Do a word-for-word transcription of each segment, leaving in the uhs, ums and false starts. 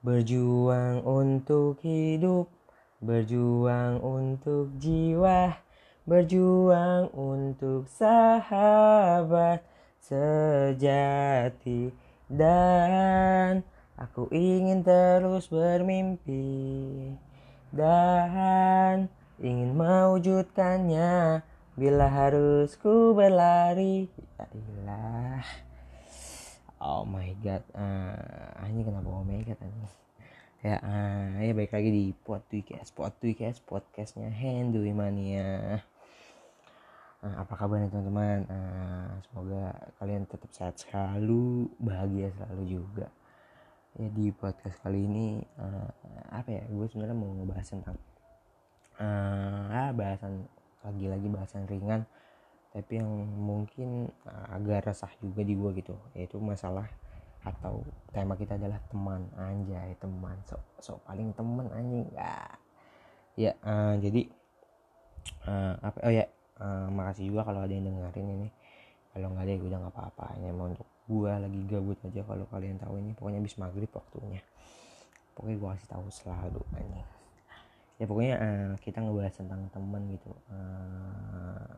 Berjuang untuk hidup, berjuang untuk jiwa, berjuang untuk sahabat sejati. Dan aku ingin terus bermimpi dan ingin mewujudkannya bila harus ku berlari. Ya ilah. Oh my god, uh, ini kenapa oh my god ini? Ya, uh, ya baik lagi di Podcast, Podcast, podcastnya Henduy Mania. Uh, apa kabarnya teman-teman? Uh, semoga kalian tetap sehat selalu, bahagia selalu juga. Ya di podcast kali ini, uh, apa ya? Gue sebenarnya mau ngebahas tentang, uh, ah bahasan lagi-lagi bahasan ringan, tapi yang mungkin uh, agak resah juga di gue gitu, yaitu masalah atau tema kita adalah teman. Anjay, teman, so, so paling teman anjing ah. Ya uh, jadi uh, apa oh ya uh, makasih juga kalau ada yang dengerin ini. Kalau nggak ada ya udah nggak apa-apa, ini emang untuk gue lagi gabut aja. Kalau kalian tahu ini pokoknya habis maghrib waktunya, pokoknya gue kasih tahu selalu anjing. Ya pokoknya uh, kita ngebahas tentang teman gitu. uh,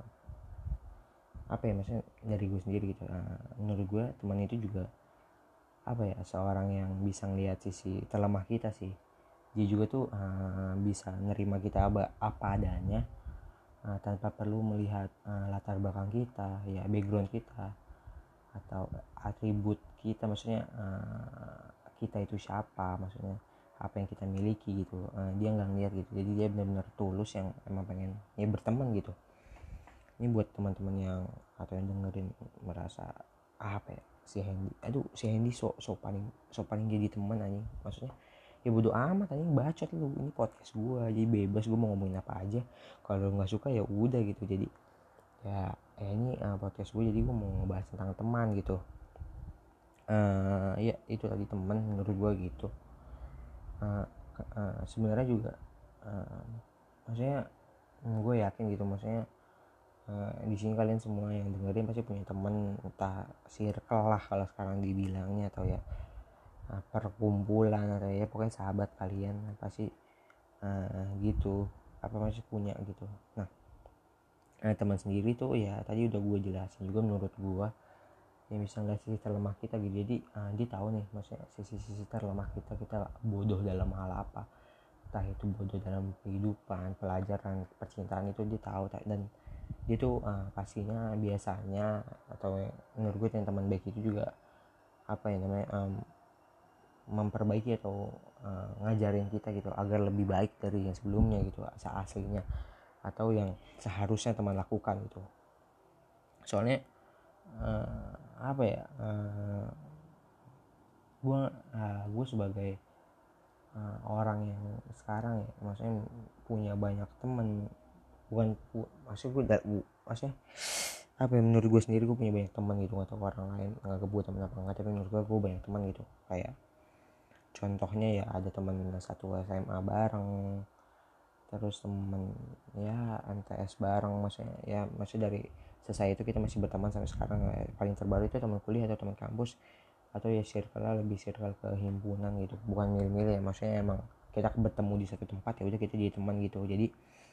apa ya maksudnya dari gue sendiri gitu. Uh, menurut gue teman itu juga apa ya, seorang yang bisa ngelihat sisi terlemah kita sih. Dia juga tuh uh, bisa nerima kita apa, apa adanya, uh, tanpa perlu melihat uh, latar belakang kita, ya background kita atau atribut kita, maksudnya uh, kita itu siapa, maksudnya apa yang kita miliki gitu. Uh, dia nggak ngeliat gitu, jadi dia benar-benar tulus yang emang pengen ya berteman gitu. Ini buat teman-teman yang atau yang dengerin merasa ah, apa ya, si Hendy, aduh si Hendy so so paling so paling jadi teman anjing, maksudnya ya bodo amat anjing, bacot lu, ini podcast gue jadi bebas, gue mau ngomongin apa aja. Kalau nggak suka ya udah gitu. Jadi ya eh, ini uh, podcast gue, jadi gue mau ngebahas tentang teman gitu. Uh, ya itu tadi teman menurut gue gitu. Uh, uh, sebenarnya juga uh, maksudnya gue yakin gitu, maksudnya Uh, di sini kalian semua yang dengerin pasti punya temen, entah circle lah kalau sekarang dibilangnya, atau ya uh, perkumpulan, atau ya pokoknya sahabat kalian pasti uh, gitu, apa masih punya gitu. Nah, uh, teman sendiri tuh ya tadi udah gue jelasin juga, menurut gue yang bisa ngeliat sisi terlemah kita gitu. Jadi uh, dia tahu nih maksudnya sisi-sisi terlemah kita, kita bodoh dalam hal apa, entah itu bodoh dalam kehidupan, pelajaran, percintaan, itu dia tahu. Dan dia tuh uh, pastinya biasanya, atau menurut gue yang teman baik itu juga apa ya namanya, um, memperbaiki atau uh, ngajarin kita gitu agar lebih baik dari yang sebelumnya gitu, aslinya atau yang seharusnya teman lakukan gitu. Soalnya uh, apa ya, uh, gue uh, gue sebagai uh, orang yang sekarang ya, maksudnya punya banyak teman, bukan maksud gue maksudnya apa ya, menurut gue sendiri gue punya banyak teman gitu, nggak tahu orang lain nggak gue teman apa enggak, tapi menurut gue gue banyak teman gitu. Kayak contohnya ya ada teman satu S M A bareng, terus teman ya M T S bareng, maksudnya ya masih dari selesai itu kita masih berteman sampai sekarang. Paling terbaru itu teman kuliah atau teman kampus, atau ya circle lebih circle ke himpunan gitu, bukan milih-milih ya, maksudnya emang kita bertemu di satu tempat ya udah kita jadi teman gitu. Jadi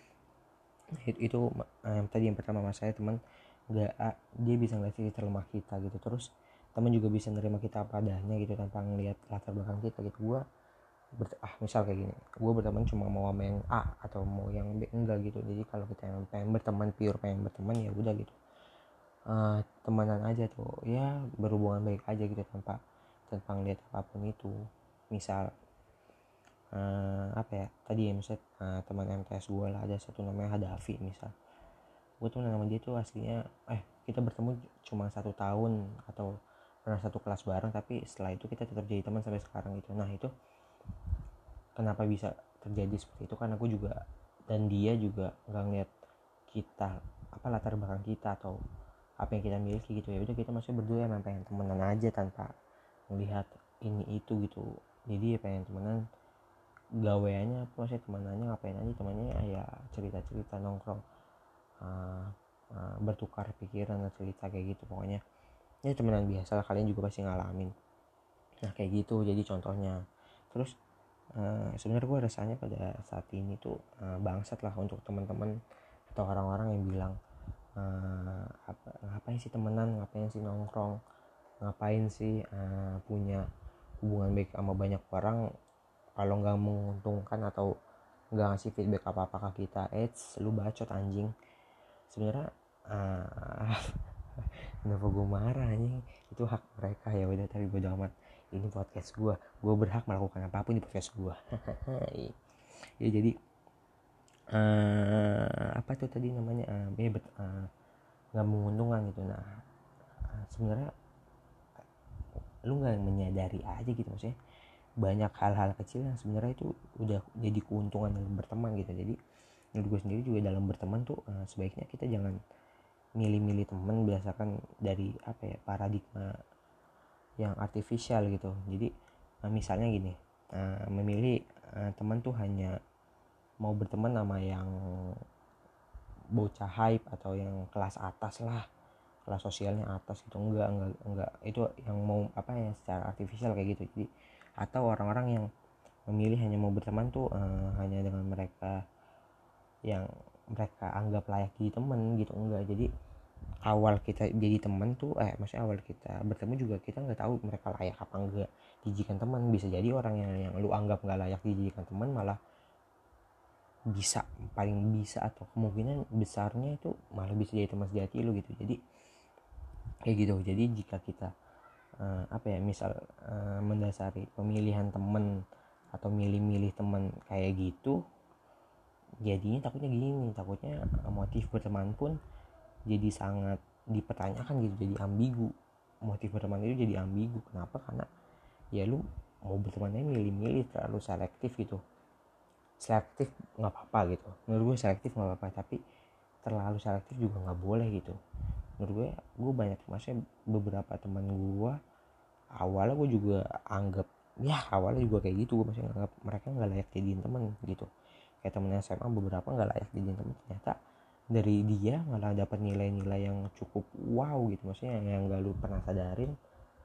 itu um, tadi yang pertama, mas saya teman nggak, dia bisa ngeliat sisi terlemah kita gitu. Terus teman juga bisa nerima kita apa adanya gitu, tanpa ngelihat latar belakang kita gitu. Gue ber- ah misal kayak gini, gue berteman cuma mau sama yang A atau mau yang B, enggak gitu. Jadi kalau kita yang pengen berteman, pure pengen berteman, ya udah gitu, uh, temanan aja tuh ya, berhubungan baik aja gitu, tanpa tanpa ngelihat apapun itu. Misal uh, apa ya tadi ya, misalnya uh, teman M T S gue lah, ada satu namanya Hadafi misal. Gue tuh nama dia tuh aslinya eh kita bertemu cuma satu tahun atau pernah satu kelas bareng, tapi setelah itu kita tetap jadi teman sampai sekarang gitu. Nah itu kenapa bisa terjadi seperti itu, karena gue juga dan dia juga nggak ngeliat kita apa latar belakang kita atau apa yang kita miliki gitu. Ya udah kita masih berdua emang pengen temenan aja tanpa melihat ini itu gitu. Jadi ya pengen temenan, gaweannya apa sih, temenannya ngapain aja, temannya ya cerita-cerita, nongkrong, uh, uh, bertukar pikiran dan cerita kayak gitu. Pokoknya ya temenan biasa lah, kalian juga pasti ngalamin. Nah kayak gitu jadi contohnya. Terus uh, sebenarnya gue rasanya pada saat ini tuh uh, bangsat lah untuk teman-teman atau orang-orang yang bilang uh, apa, ngapain sih temenan, ngapain sih nongkrong, ngapain sih uh, punya hubungan baik sama banyak orang kalau nggak menguntungkan atau nggak ngasih feedback apa-apa ke kita. Eits, lu bacot anjing. Sebenarnya uh, kenapa gue marah anjing, itu hak mereka, ya udah, tapi bodo amat, ini podcast gue gue berhak melakukan apapun di podcast gue. Ya jadi uh, apa tuh tadi namanya, uh, ya bet, uh, nggak menguntungkan gitu. Nah uh, sebenarnya lu nggak menyadari aja gitu, maksudnya banyak hal-hal kecil yang sebenarnya itu udah jadi keuntungan dalam berteman gitu. Jadi menurut gue sendiri juga dalam berteman tuh uh, sebaiknya kita jangan milih-milih teman berdasarkan dari apa ya, paradigma yang artifisial gitu. Jadi uh, misalnya gini, uh, memilih uh, teman tuh hanya mau berteman sama yang bocah hype atau yang kelas atas lah, kelas sosialnya atas gitu. Enggak, enggak, enggak, itu yang mau apa ya, secara artifisial kayak gitu. Jadi atau orang-orang yang memilih hanya mau berteman tuh uh, hanya dengan mereka yang mereka anggap layak jadi teman gitu. Enggak, jadi awal kita jadi teman tuh eh maksudnya awal kita bertemu juga kita nggak tahu mereka layak apa enggak dijadikan teman. Bisa jadi orang yang yang lu anggap nggak layak dijadikan teman malah bisa, paling bisa atau kemungkinan besarnya itu malah bisa jadi teman sejati lu gitu. Jadi kayak gitu. Jadi jika kita uh, apa ya, misal uh, mendasari pemilihan teman atau milih-milih teman kayak gitu, jadinya takutnya gini, takutnya motif berteman pun jadi sangat dipertanyakan gitu, jadi ambigu. Motif berteman itu jadi ambigu. Kenapa? Karena ya lu mau bertemannya milih-milih, terlalu selektif gitu. Selektif nggak apa-apa gitu, menurut gue selektif nggak apa-apa, tapi terlalu selektif juga nggak boleh gitu. Menurut gue gue banyak, maksudnya beberapa teman gue awalnya gue juga anggap ya awalnya juga kayak gitu, gue masih anggap mereka nggak layak jadiin teman gitu. Kayak temen S M A beberapa nggak layak jadiin teman, ternyata dari dia malah dapat nilai-nilai yang cukup wow gitu, maksudnya yang gak lu pernah sadarin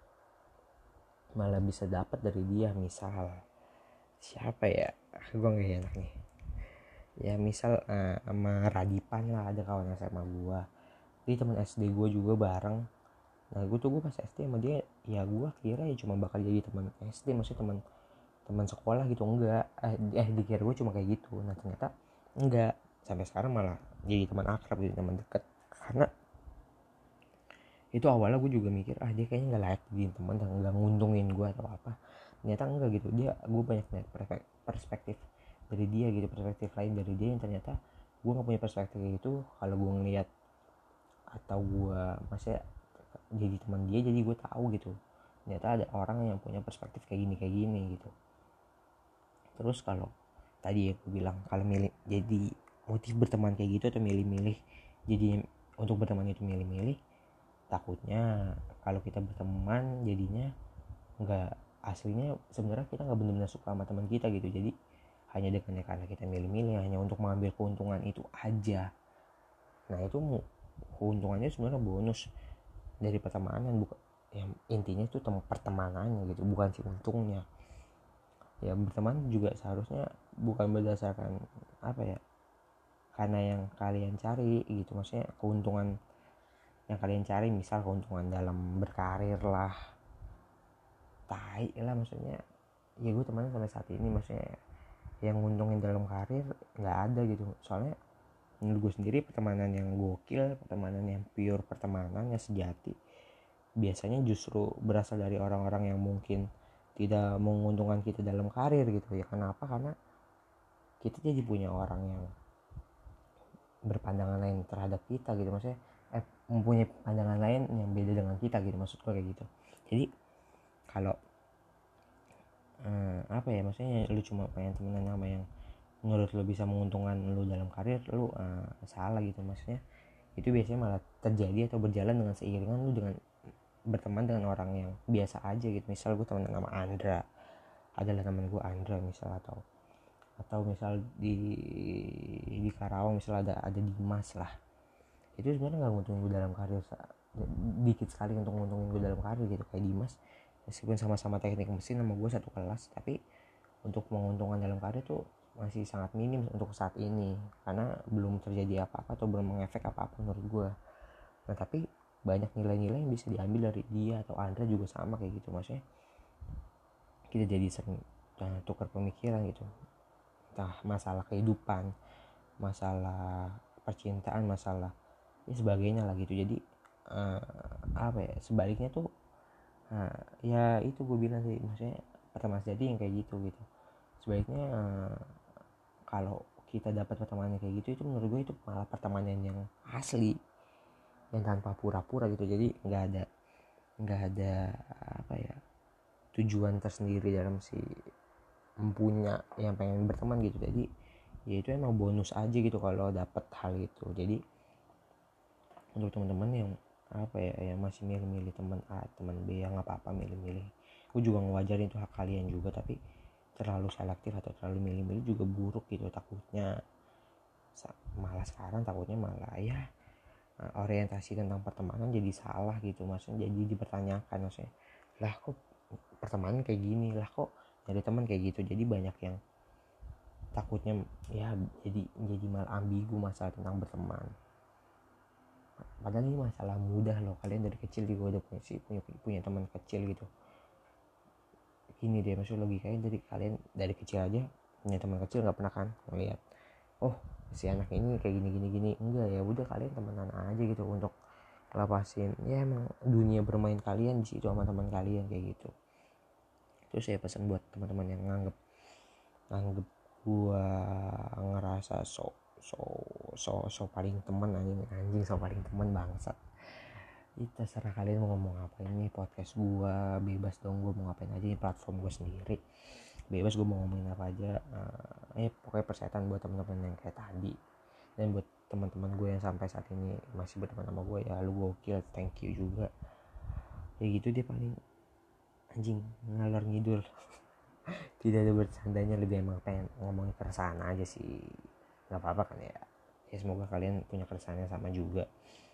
malah bisa dapat dari dia. Misal siapa ya, gue nggak enak nih ya, misal uh, sama Radipan lah, ada kawan S M A gue, dia teman S D gue juga bareng. Nah gue tuh gue pas S D sama dia, ya gue kira ya cuma bakal jadi teman S D, maksudnya teman teman sekolah gitu. Enggak, eh, eh dikira gue cuma kayak gitu. Nah ternyata enggak, sampai sekarang malah jadi teman akrab, jadi teman dekat. Karena itu awalnya gue juga mikir ah dia kayaknya nggak layak jadi teman dan nggak nguntungin gue atau apa. Ternyata enggak gitu, dia gue banyak lihat perspektif dari dia gitu, perspektif lain dari dia yang ternyata gue nggak punya perspektif itu. Kalau gue ngeliat atau gue masih jadi teman dia, jadi gue tahu gitu ternyata ada orang yang punya perspektif kayak gini kayak gini gitu. Terus kalau tadi ya gue bilang, kalau milih jadi motif berteman kayak gitu atau milih-milih jadi untuk berteman itu milih-milih, takutnya kalau kita berteman jadinya nggak, aslinya sebenarnya kita nggak benar-benar suka sama teman kita gitu. Jadi hanya dengan karena kita milih-milih hanya untuk mengambil keuntungan itu aja. Nah itu keuntungannya sebenarnya bonus dari pertemanan, bukan yang intinya itu tem- pertemanannya gitu, bukan si untungnya. Ya berteman juga seharusnya bukan berdasarkan apa ya, karena yang kalian cari gitu, maksudnya keuntungan yang kalian cari, misal keuntungan dalam berkarir lah, tai lah maksudnya. Ya gue teman sampai saat ini maksudnya yang nguntungin dalam karir nggak ada gitu. Soalnya menurut gue sendiri pertemanan yang gokil, pertemanan yang pure, pertemanan yang sejati biasanya justru berasal dari orang-orang yang mungkin tidak menguntungkan kita dalam karir gitu ya. Kenapa? Karena kita jadi punya orang yang berpandangan lain terhadap kita gitu, maksudnya eh, mempunyai pandangan lain yang beda dengan kita gitu, maksud gue kayak gitu. Jadi kalau eh, apa ya, maksudnya lu cuma pengen temenan sama yang menurut lu bisa menguntungkan lu dalam karir, lu eh, salah gitu. Maksudnya itu biasanya malah terjadi atau berjalan dengan seiringan lu dengan berteman dengan orang yang biasa aja gitu. Misal gue temenan sama Andra, adalah teman gue Andra misal, atau atau misal di di Karawang misal ada ada Dimas lah, itu sebenarnya nggak nguntungin gue dalam karir, dikit sekali untuk nguntungin gue dalam karir gitu. Kayak Dimas meskipun sama-sama teknik mesin sama gue satu kelas, tapi untuk menguntungkan dalam karir tuh masih sangat minim untuk saat ini, karena belum terjadi apa-apa atau belum mengefek apa-apa menurut gue. Nah tapi banyak nilai-nilai yang bisa diambil dari dia atau Andra juga sama kayak gitu. Maksudnya kita jadi sering uh, tukar pemikiran gitu, entah masalah kehidupan, masalah percintaan, masalah ya sebagainya lah gitu. Jadi uh, apa ya, sebaliknya tuh uh, ya itu gue bilang sih, maksudnya pertemanan jadi yang kayak gitu gitu. Sebaliknya uh, kalau kita dapat pertemanan kayak gitu, itu menurut gue itu malah pertemanan yang asli, yang tanpa pura-pura gitu. Jadi nggak ada nggak ada apa ya, tujuan tersendiri dalam si empunya yang pengen berteman gitu. Jadi ya itu emang bonus aja gitu kalau dapat hal itu. Jadi untuk teman-teman yang apa ya, yang masih milih-milih teman A teman B, yang nggak apa-apa milih-milih, gue juga ngewajarin itu hak kalian juga. Tapi terlalu selektif atau terlalu milih-milih juga buruk gitu. Takutnya malah sekarang takutnya malah ya orientasi tentang pertemanan jadi salah gitu. Maksudnya jadi dipertanyakan, maksudnya lah kok pertemanan kayak gini, lah kok jadi teman kayak gitu. Jadi banyak yang takutnya ya jadi jadi malah ambigu masalah tentang berteman. Padahal ini masalah mudah loh, kalian dari kecil juga udah punya sih punya punya teman kecil gitu. Gini deh, maksud logikanya dari kalian dari kecil aja punya teman kecil, nggak pernah kan ngeliat oh si anak ini kayak gini gini gini, enggak. Ya udah kalian temenan aja gitu untuk lepasin ya emang dunia bermain kalian di situ sama teman kalian kayak gitu. Terus saya pesan buat teman-teman yang nganggep nganggep gua ngerasa so so so so paling teman, anjing anjing so paling teman, bangsat. Itu terserah kalian mau ngomong apa, ini podcast gua bebas dong, gua mau ngapain aja, ini platform gua sendiri bebas, gua mau ngomongin apa aja. Uh, eh pokoknya persetan buat teman-teman yang kayak tadi, dan buat teman-teman gue yang sampai saat ini masih berteman sama gue, ya lu gokil, thank you juga. Ya gitu deh paling, anjing ngalor ngidul. Tidak ada bercandanya, lebih emang pengen ngomongin keresahan aja sih, nggak apa-apa kan ya. Ya semoga kalian punya keresahannya sama juga.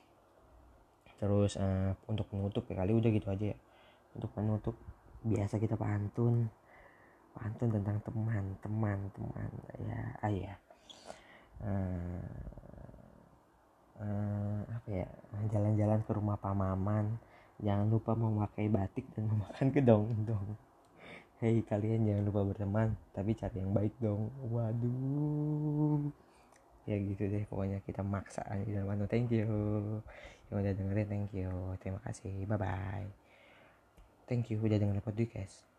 Terus uh, untuk penutup ya kali udah gitu aja ya. Untuk penutup biasa kita pantun pantun tentang teman teman teman ya. Ah ya uh, uh, apa ya, jalan-jalan ke rumah Pamaman, jangan lupa memakai batik dan memakan kedong dong. Hei kalian, jangan lupa berteman tapi cari yang baik dong. Waduh, ya gitu deh pokoknya, kita maksa aja dalam. Thank you yang udah dengerin, thank you, terima kasih, bye bye, thank you udah dengerin podcast.